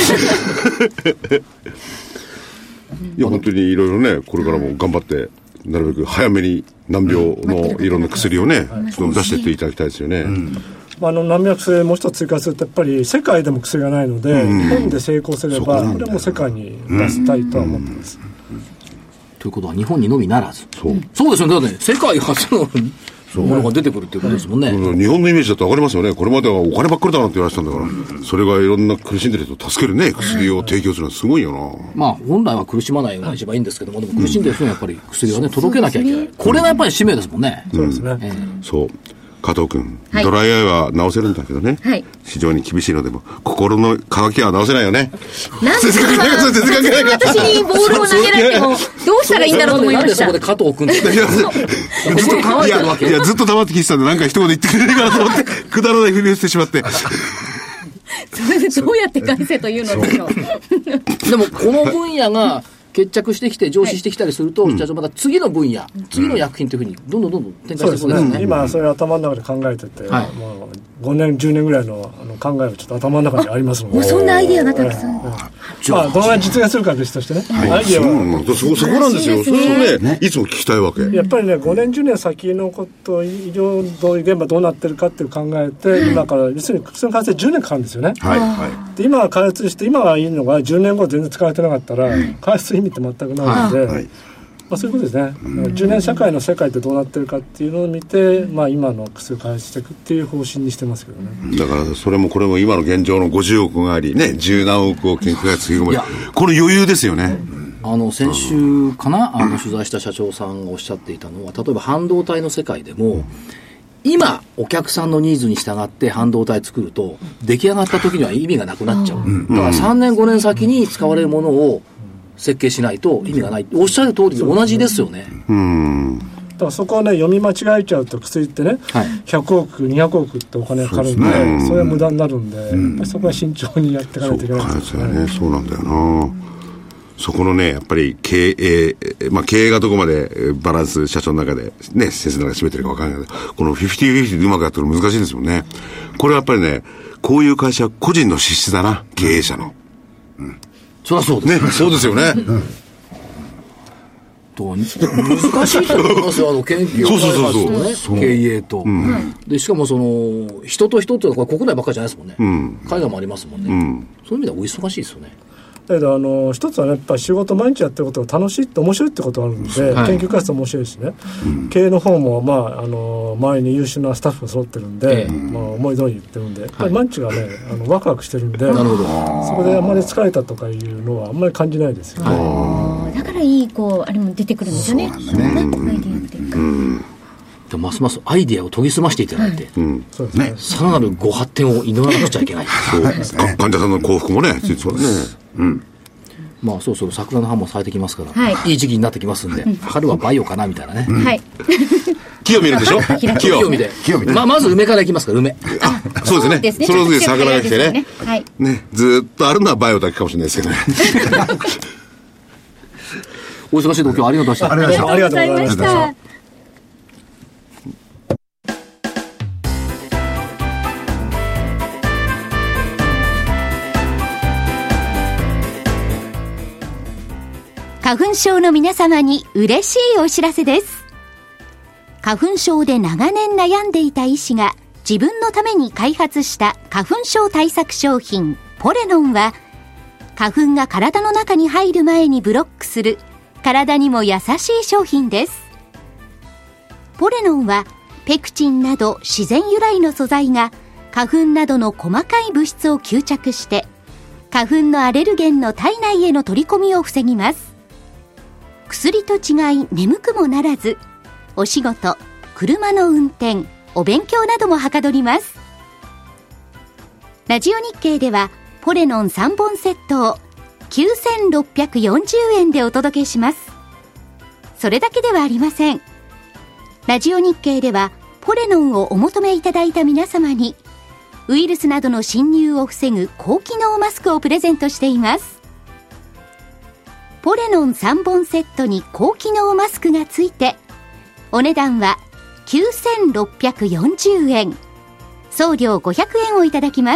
いや本当にいろいろね、これからも頑張ってなるべく早めに難病のいろんな薬をね、出していっていただきたいですよね、うん、 まあ、あの難病薬もう一つ追加するとやっぱり世界でも薬がないので、うん、日本で成功すればこれも世界に出したいとは思ってます、うんうん、 ということは日本にのみならず、そう、そうですよね、だって世界初のものが出てくるっていうことですもんね、 うん、日本のイメージだと分かりますよね。これまではお金ばっかりだなって言われてたんだから、うん、それがいろんな苦しんでる人を助けるね薬を提供するのはすごいよな、 まあ本来は苦しまないのが一番いいんですけども、でも苦しんでる人にやっぱり薬をね届けなきゃいけない、これがやっぱり使命ですもんね、 うん、そうですね、 えー、 そう加藤君、はい、ドライアイは治せるんだけどね、はい、非常に厳しいのでも心の渇きは治せないよね。 なんでそんな私にボールを投げられてもどうしたらいいんだろうと思いました。 なんでそこで加藤君ってずっと乾いてるわけ。いやずっと黙って聞いてたんでなんか一言言ってくれないかなと思ってくだらないふりをしてしまってそれでどうやって返せというのでしょうでもこの分野が決着してきて上司してきたりすると、はい、じゃあまた次の分野、うん、次の薬品というふうにどんどんどんどん展開していくんですね。 そうですね、今それ頭の中で考えてて、はい、もうごねんじゅうねんぐらい の, あの考えはちょっと頭の中にありますのでそんなアイディアがたくさん、 まあ、どのぐらい実現するか別としてね、はい、アイディアはそ, そ, そこなんですよ。それをねいつも聞きたいわけ。 やっぱりねごねんじゅうねん先のこと医療現場どうなってるかっていう考えて、うん、今から要するに薬の開発でじゅうねんかかるんですよね、はいはい、で今は開発して今はいいのがじゅうねんご全然使われてなかったら、うん、開発する意味って全くないので、はいはい、まあ、そういうことですね、うん、じゅうねん社会の世界ってどうなってるかっていうのを見て、まあ、今の薬を開発していくっていう方針にしてますけどね。 だからそれもこれも今の現状のごじゅうおくがありね、じゅうなんおくを研究開発するこの余裕ですよね。 あの先週かな、あの取材した社長さんがおっしゃっていたのは、例えば半導体の世界でも今お客さんのニーズに従って半導体作ると出来上がった時には意味がなくなっちゃう、だからさんねんごねん先に使われるものを設計しないと意味がない。おっしゃる通りで同じですよね。 うん、だからそこをね読み間違えちゃうと薬ってね、はい、ひゃくおくにひゃくおくってお金がかかるん で, そ, で、ね、それは無駄になるんで、うん、やっぱりそこは慎重にやっていかないといけないですよね。 そうなんだよな。 そこのね、やっぱり経営、まあ経営がどこまでバランス、社長の中でね、先生の中で占めてるか分からないけど、このフィフティーフィフティーでうまくやってるの難しいですもんね。これはやっぱりね、こういう会社は個人の資質だな、経営者の。 うん。そりゃそうです。 ね、そうですよね。うん難しいと思いますよ、あの研究開発とね、経営と、うん、でしかもその人と人っていうのはこれ国内ばっかりじゃないですもんね、うん、海外もありますもんね、うん、そういう意味ではお忙しいですよね。 だけどあの一つはね、やっぱり仕事毎日やってることが楽しいって面白いってことがあるんで、はい、研究開発も面白いしね、うん、経営の方も、まあ、あの周りに優秀なスタッフが揃ってるんで、えーまあ、思い通りに言ってるんで、やっぱり毎日がね、あのワクワクしてるんで、なるほど、そこであんまり疲れたとかいうのはあんまり感じないですよね。 あ、だからいいこうあれも出てくるんですよね。そうなんだね、アイディアっていうか、うん、 でますますアイディアを研ぎ澄ましていただいて、うん、そうですね、さらなるご発展を祈らなくちゃいけない。 そうですね、患者さんの幸福もね、そうですね、うん、 まあそろそろ桜の葉も咲いてきますから、はい、いい時期になってきますんで、春はバイオかなみたいなね、うん、はい、 木を見るでしょ。 木を見て、木を見て、まあ、まず梅からいきますから、梅。 あ、そうですね。その次桜が来てね。はい。ね、ずっとあるのはバイオだけかもしれないですけどね。 お忙しいとこ今日ありがとうございました。 ありがとうございました。花粉症の皆様に嬉しいお知らせです。花粉症で長年悩んでいた医師が自分のために開発した花粉症対策商品ポレノンは、花粉が体の中に入る前にブロックする体にも優しい商品です。ポレノンはペクチンなど自然由来の素材が花粉などの細かい物質を吸着して花粉のアレルゲンの体内への取り込みを防ぎます。薬と違い眠くもならず、お仕事、車の運転、お勉強などもはかどります。ラジオ日経ではポレノンさんぼんセットをきゅうせんろっぴゃくよんじゅうえんでお届けします。それだけではありません。ラジオ日経ではポレノンをお求めいただいた皆様にウイルスなどの侵入を防ぐ高機能マスクをプレゼントしています。ポレノンさんぼんセットに高機能マスクがついて、お値段はきゅうせんろっぴゃくよんじゅうえん、送料ごひゃくえんをいただきます。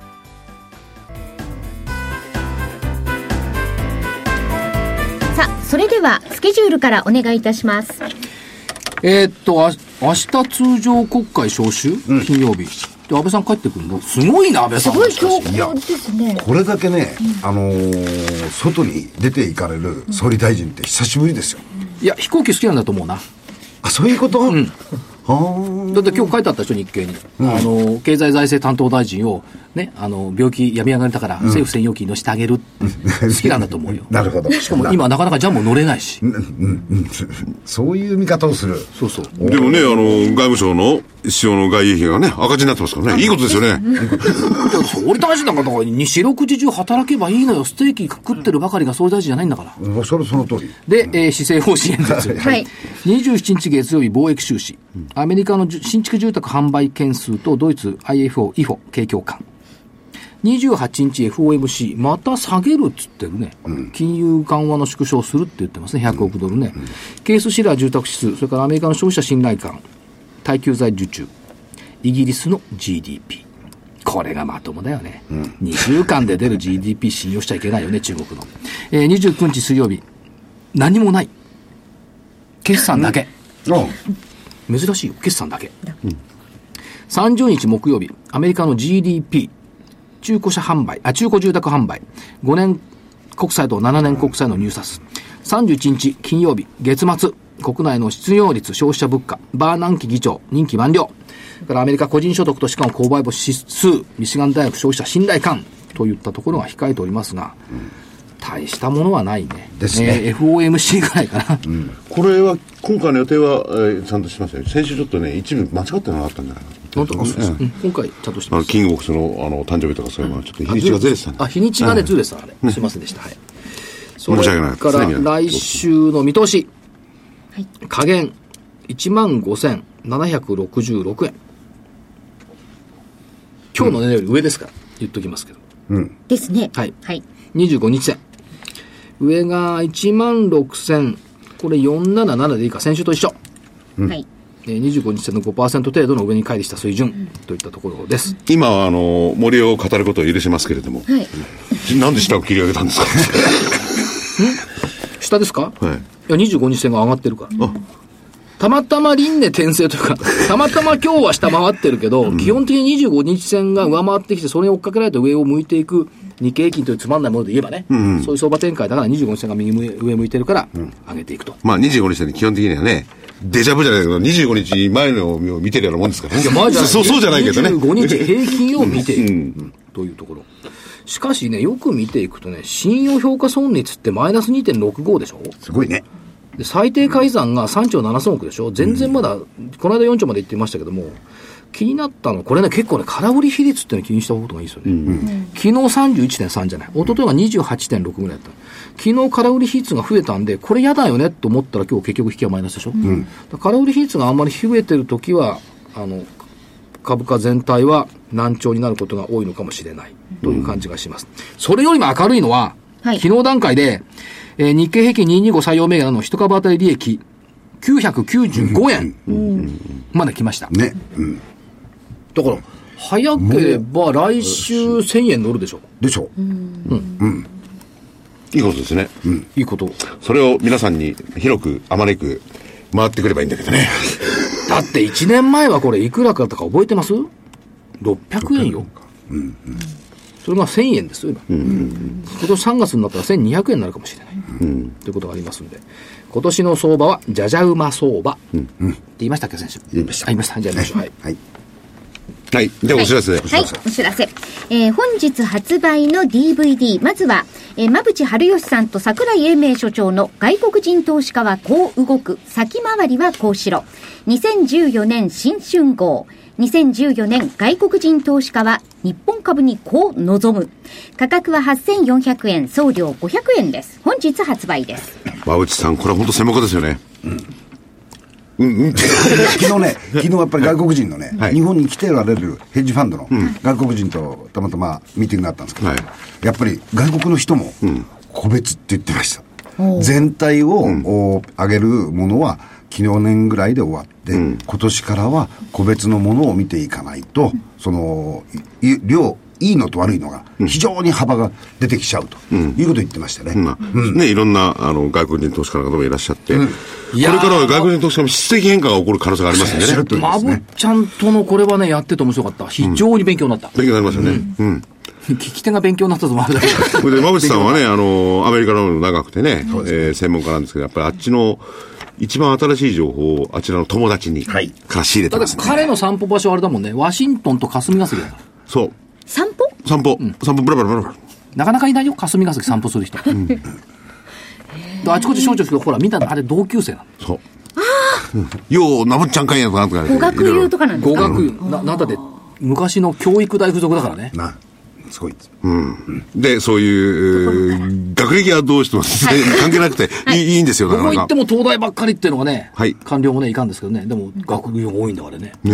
さあ、それではスケジュールからお願いいたします。 えー、っとあ明日通常国会召集、うん、金曜日で安倍さん帰ってくるのすごいな安倍さん。 すごい強行ですね。 これだけね、うん、あのー、外に出ていかれる総理大臣って久しぶりですよ。 いや飛行機好きなんだと思うな。 あ、そういうこと、うん、 だって今日書いてあった人日経に、うん、あの経済財政担当大臣を、ね、あの病気病み上がりだから、うん、政府専用機に乗せてあげる、うん、好きなんだと思うよ。 なるほど。 しかも今なかなかジャンボ乗れないし、うんうんうん、そういう見方をする。 そうそう。 でもね、あの外務省の使用の外遊費がね赤字になってますからね、いいことですよね。 総理大臣なんかだからに四六時中働けばいいのよ。ステーキ食ってるばかりが総理大臣じゃないんだから。 うん、それその通りで、えー、施政方針演説、はい、にじゅうしちにち月曜日貿易収支、うん、アメリカの新築住宅販売件数とドイツ アイエフオー、イフォ景況感。にじゅうはちにち エフオーエムシー また下げるっつってるね、うん、金融緩和の縮小するって言ってますね。ひゃくおくドルね、うんうん、ケースシラー住宅指数、それからアメリカの消費者信頼感、耐久財受注、イギリスの ジーディーピー、 これがまともだよね、うん、にしゅうかんで出る ジーディーピー 信用しちゃいけないよね中国の、えー、にじゅうくにち水曜日何もない、決算だけ、うん、珍しいよ、決算だけ、うん、さんじゅうにち木曜日アメリカの ジーディーピー、 中古車販売、あ、中古住宅販売、ごねん国債とななねん国債の入札、さんじゅういちにち金曜日月末国内の失業率、消費者物価、バーナンキ議長任期満了、それからアメリカ個人所得としかも購買部指数、ミシガン大学消費者信頼感といったところが控えておりますが、うん、大したものはないね。ですね。えー、エフオーエムシー ぐらいかな。うん、 これは今回の予定は、えー、ちゃんとしますよ。先週ちょっとね一部間違ったのがあったんじゃないかな。 本当か、うんうん、今回ちゃんとしてます。 キングボックスのあの誕生日とかそういうのはちょっと日にちがずれてたんで、 あ、日にちがねずれてたあれ、うん、すいませんでした。はい。 それから来週の見通し、はい、下限 いちまんごせんななひゃくろくじゅうろくえん、今日の値より上ですから、うん、言っときますけど、 うん、ですね。 はい、はい、にじゅうごにち線上がいちまんろくせん、これよんひゃくななじゅうななでいいか、先週と一緒。 はい。 にじゅうごにち線の ごパーセント 程度の上に乖離した水準といったところです。 今はあの森を語ることを許しますけれども、はい、なんで下を切り上げたんですか？ 下ですか？ はい。いやにじゅうごにち線が上がってるから。あ、たまたま輪廻転生というか、たまたま今日は下回ってるけど、うん、基本的ににじゅうごにち線が上回ってきて、それに追っかけられて上を向いていく日経平均というつまんないもので言えばね、うんうん、そういう相場展開だからにじゅうごにち線が右上向いてるから上げていくと。 まあにじゅうごにち線に基本的にはね、デジャブじゃないけど、にじゅうごにちまえのを見てるようなもんですからね。いや、まあ、そう、そうじゃないけどね。 にじゅうごにち平均を見ている、うん、というところ。しかしね、よく見ていくとね、信用評価損率ってマイナス にてんろくご でしょ？ すごいね。 で、最低改ざんがさんちょうななせんおくでしょ？全然まだ、うん、この間よんちょうまで言ってましたけども、気になったのは、これね、結構ね、空売り比率っていうのを気にしたことがいいですよね。うん、昨日 さんじゅういってんさん じゃない。一昨日が にじゅうはちてんろく ぐらいだった。昨日空売り比率が増えたんで、これ嫌だよねと思ったら今日結局引きはマイナスでしょ。うん、空売り比率があんまり増えてるときは、あの、株価全体は難聴になることが多いのかもしれないという感じがします。うん、それよりも明るいのは、はい、昨日段階で、えー、日経平均にひゃくにじゅうご採用銘柄の一株当たり利益きゅうひゃくきゅうじゅうごえんまで来ました。 ね。うん、 だから、早ければ来週せんえん乗るでしょ。 でしょ。うん。 うん。いいことですね。 うん。いいこと。 それを皆さんに広く、あまねく回ってくればいいんだけどね。 だっていちねんまえはこれいくらかとか覚えてます？ ろっぴゃくえんよ。うんうん。それがせんえんですよ、今。うんうん、今年さんがつになったらせんにひゃくえんになるかもしれない。うん。ということがありますんで。今年の相場は、じゃじゃ馬相場。うん。うん。って言いましたっけ、先生？ 言いました。 言いました。じゃあ言いましょう。はい。 はい。 はい。ではお知らせで。 はい。はい、お知らせ。えー、本日発売の ディーブイディー。まずは、えー、馬淵春吉さんと桜井英明所長の外国人投資家はこう動く。先回りはこうしろ。にせんじゅうよねん新春号。にせんじゅうよねん外国人投資家は日本株にこう望む。価格ははっせんよんひゃくえん、送料ごひゃくえんです。本日発売です。 馬淵さん、これは本当専門家ですよね。うん。うんうん、 昨日ね、昨日やっぱり外国人のね、はい、日本に来ておられるヘッジファンドの外国人とたまたまミーティングがあったんですけど、はい、やっぱり外国の人も個別って言ってました。うん、全体を、うん、上げるものは去年ぐらいで終わって、うん、今年からは個別のものを見ていかないと、うん、その量いいのと悪いのが非常に幅が出てきちゃうということを言ってましたね。うんうん、ね、いろんなあの外国人投資家の方もいらっしゃって、うん、これからは外国人投資家も質的変化が起こる可能性がありますんでね。 まぶっちゃんとのこれはね、やってて面白かった。非常に勉強になった。 うん、勉強になりましたね。うん。うん聞き手が勉強になったぞ、まだ。 で、馬淵さんはね、あの、アメリカの長くてね、えー、専門家なんですけど、やっぱりあっちの、一番新しい情報をあちらの友達に、はい、から仕入れてますね。 だから彼の散歩場所はあれだもんね、ワシントンと霞が関だから。 そう。 散歩散歩。うん、散歩、ブラブラブラブラ。 なかなかいないよ、霞が関散歩する人。うん、あちこち少女ですけど、ほら、みんなあれ同級生なの。 そう。ああ。よう、なぶっちゃんかんやとかなんとか。 語学友とかなんですか？ 語学友。な、なんだって、昔の教育大附属だからね。 な。すごいです。 うん。で、そういう、学歴はどうしても関係なくていい、いいんですよ、なかなか。 ここ行っても東大ばっかりっていうのがね、 はい。 官僚もね、いかんですけどね、でも学業が多いんだからね。 ねえ、うん。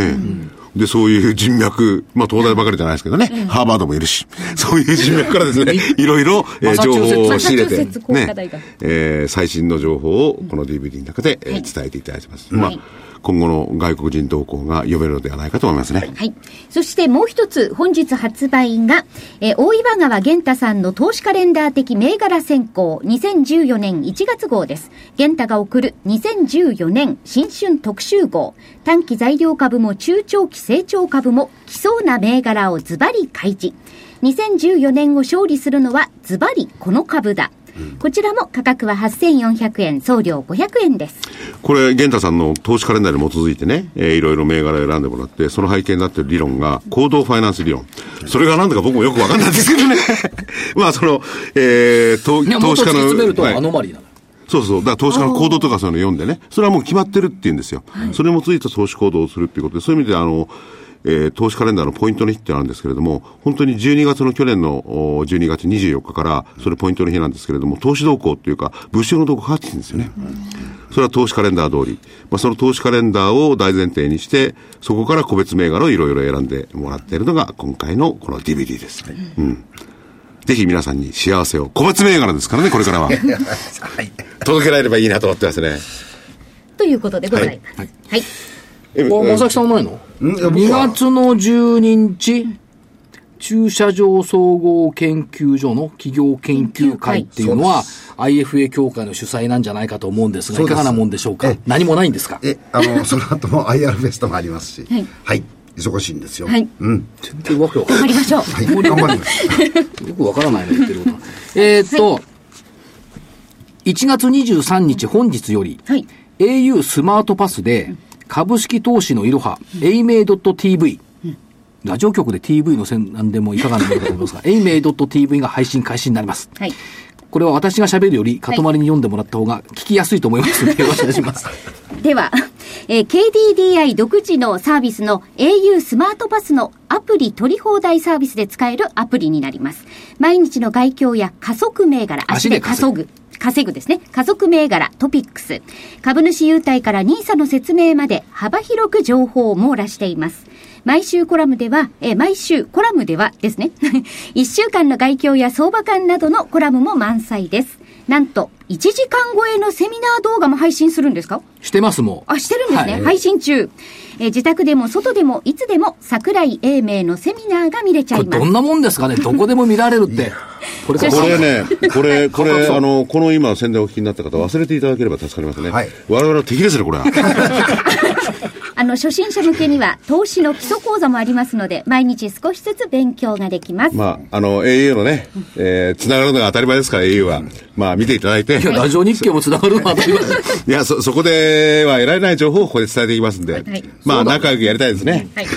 で、そういう人脈、まあ東大ばかりじゃないですけどね、うん、ハーバードもいるし、そういう人脈からですね、いろいろ、えー、情報を仕入れて、ね、えー、最新の情報をこの ディーブイディー の中で、えー、伝えていただいてます。はい、まあ、はい、今後の外国人動向が読めるのではないかと思いますね。 はい。そしてもう一つ、本日発売が、えー、大岩川源太さんの投資カレンダー的銘柄選考にせんじゅうよねんいちがつ号です。源太が送るにせんじゅうよねん新春特集号。短期材料株も中長期成長株も来そうな銘柄をズバリ開示。にせんじゅうよねんを勝利するのはズバリこの株だ。こちらも価格ははっせんよんひゃくえん、送料ごひゃくえんです。 これ、源太さんの投資カレンダーに基づいてね、えー、いろいろ銘柄を選んでもらって、その背景になっている理論が、行動ファイナンス理論。それが何だか僕もよくわかんないんですけどね。まあ、その、えー、投投資家の。 もっと突き詰めるとアノマリーなの。 そうそう。だから投資家の行動とかそういうのを読んでね、それはもう決まってるって言うんですよ。はい、それに基づいた投資行動をするっていうことで、そういう意味であの、えー、投資カレンダーのポイントの日ってあるんですけれども、本当にじゅうにがつの去年のじゅうにがつにじゅうよっかから、それポイントの日なんですけれども、投資動向っていうか、物証の動向変わってきてるんですよね。それは投資カレンダー通り。まあ、その投資カレンダーを大前提にして、そこから個別銘柄をいろいろ選んでもらっているのが、今回のこの ディーブイディー です。はい、うん。 ぜひ皆さんに幸せを、個別銘柄ですからね、これからは。はい、届けられればいいなと思ってますね。 ということでございます。はい。はい。 え、まさきさんないの ?に 月のじゅうににち、駐車場総合研究所の企業研究会っていうのは アイエフエー 協会の主催なんじゃないかと思うんですが、いかがなもんでしょうか。何もないんですか。 え、あの、その後も アイアール フェストもありますし、はい。はい、忙しいんですよ。はい。うん。 全然わけわかんない。 頑張りましょう。 はい、頑張ります。 よくわからないの言ってることは。えーっと、はい、いちがつにじゅうさんにち本日より、はい、エーユー スマートパスで株式投資のいろは、エイメイ .tv、ラジオ局で ティーブイ の宣伝でもいかがなものかと思いますが、エイメイ .tv が配信開始になります。はい。これは私が喋るより、かとまりに読んでもらった方が聞きやすいと思いますので、よろしくお願いします。 では、えー、ケーディーディーアイ 独自のサービスの エーユー スマートパスのアプリ取り放題サービスで使えるアプリになります。毎日の外況や加速銘柄、足で稼ぐ。稼ぐですね。家族銘柄、トピックス。株主優待からニーサの説明まで幅広く情報を網羅しています。毎週コラムでは、えー、毎週コラムではですね、いっしゅうかんの概況や相場感などのコラムも満載です。なんと、いちじかん超えのセミナー動画も配信するんですか？ してますもん。 あ、してるんですね。はい、配信中。えー、自宅でも外でもいつでも桜井英明のセミナーが見れちゃいます。 これどんなもんですかね。どこでも見られるって。 これ、これね、これ、これ、あの、この今宣伝をお聞きになった方忘れていただければ助かりますね。はい、我々は敵ですね、これは。 あの、初心者向けには投資の基礎講座もありますので、毎日少しずつ勉強ができます。 まあ、あの、エーユー のね、えー、つながるのが当たり前ですから、エーユー は。まあ、見ていただいて。 いや、ラジオ日経もつながるのは当たり前です。 いや、そ、そこでは得られない情報をここで伝えていきますんで。はい、まあ、仲良くやりたいですね。はい。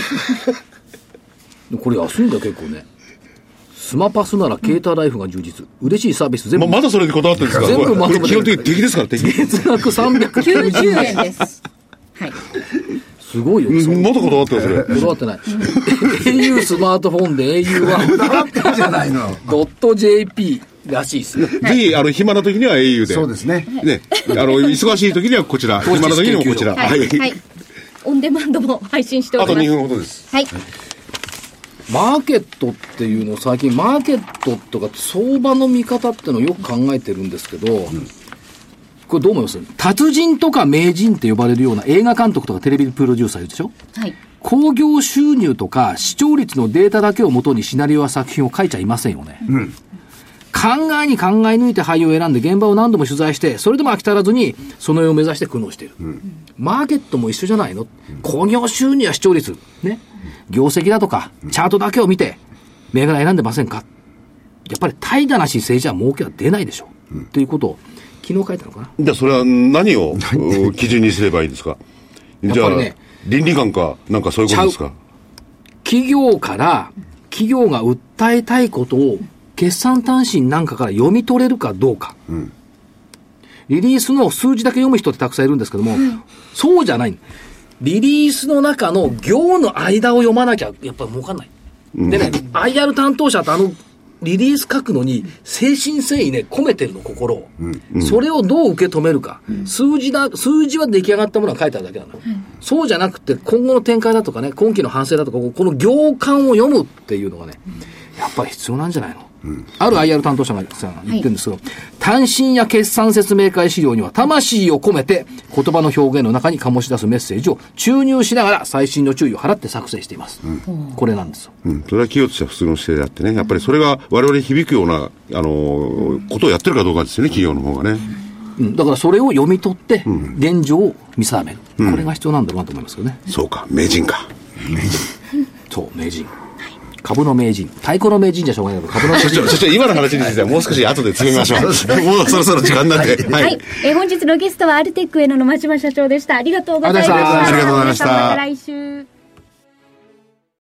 これ安いんだ、結構ね。スマパスなら携帯ライフが充実。嬉しいサービス全部。 ま、まだそれで断ってるんですか？ 全部まとめて。 基本的に敵ですから、敵。 月額さんびゃくきゅうじゅうえんです。はい。すごいよ。 まだ断ってるそれ。 断ってない。エーユー スマートフォンで エーユー は。 断ってるじゃないの。 ドット ジェーピー らしいです。 ぜひ、あの、暇な時には エーユー で。 そうですね。 ね。あの、忙しい時にはこちら。暇な時にもこちら。 はい。はい。オンデマンドも配信しております。 あとにふんほどです。 はい。 マーケットっていうのを最近、マーケットとか相場の見方っていうのをよく考えてるんですけど、うん、これどう思います？達人とか名人って呼ばれるような映画監督とかテレビプロデューサーいるでしょ？はい。興行収入とか視聴率のデータだけをもとにシナリオや作品を書いちゃいませんよね。うん。考えに考え抜いて俳優を選んで現場を何度も取材して、それでも飽き足らずにその絵を目指して苦悩している。うん、マーケットも一緒じゃないの？興行収入や視聴率、ね。業績だとか、チャートだけを見て、銘柄選んでませんか？やっぱり怠惰な姿勢じゃ儲けは出ないでしょ。うん、ということを、昨日書いたのかな。 じゃあ、それは何を基準にすればいいんですか？じゃあ、ね、倫理観か、なんかそういうことですか？ 企業から、企業が訴えたいことを、決算単身なんかから読み取れるかどうか。うん、リリースの数字だけ読む人ってたくさんいるんですけども、うん、そうじゃない。リリースの中の行の間を読まなきゃやっぱり儲かんない。うん、でね、アイアール 担当者とあのリリース書くのに精神誠意ね、込めてるの、心を。うんうん、それをどう受け止めるか。うん、数字だ、数字は出来上がったものが書いてあるだけなの。うん、そうじゃなくて今後の展開だとかね、今期の反省だとか、この行間を読むっていうのがね、うん、やっぱり必要なんじゃないの。うん、ある アイアール 担当者が言ってるんですけど、はい、単身や決算説明会資料には魂を込めて言葉の表現の中に醸し出すメッセージを注入しながら細心の注意を払って作成しています。うん、これなんですよ。 うん、それは企業としては普通の姿勢であってね、やっぱりそれが我々に響くような、あのー、ことをやってるかどうかですよね、企業の方がね。 うん、だからそれを読み取って現状を見定める、うん、これが必要なんだろうなと思いますけどね。 そうか、名人か。 名人。そう、名人。株の名人。太鼓の名人じゃしょうがないけど、株の名人。 所長、今の話についてはもう少し後で詰めましょう。もうそろそろ時間なんで。 はい。はい、えー、本日のゲストはアルテックへの野間島社長でした。ありがとうございました。 ありがとうございました。 また来週。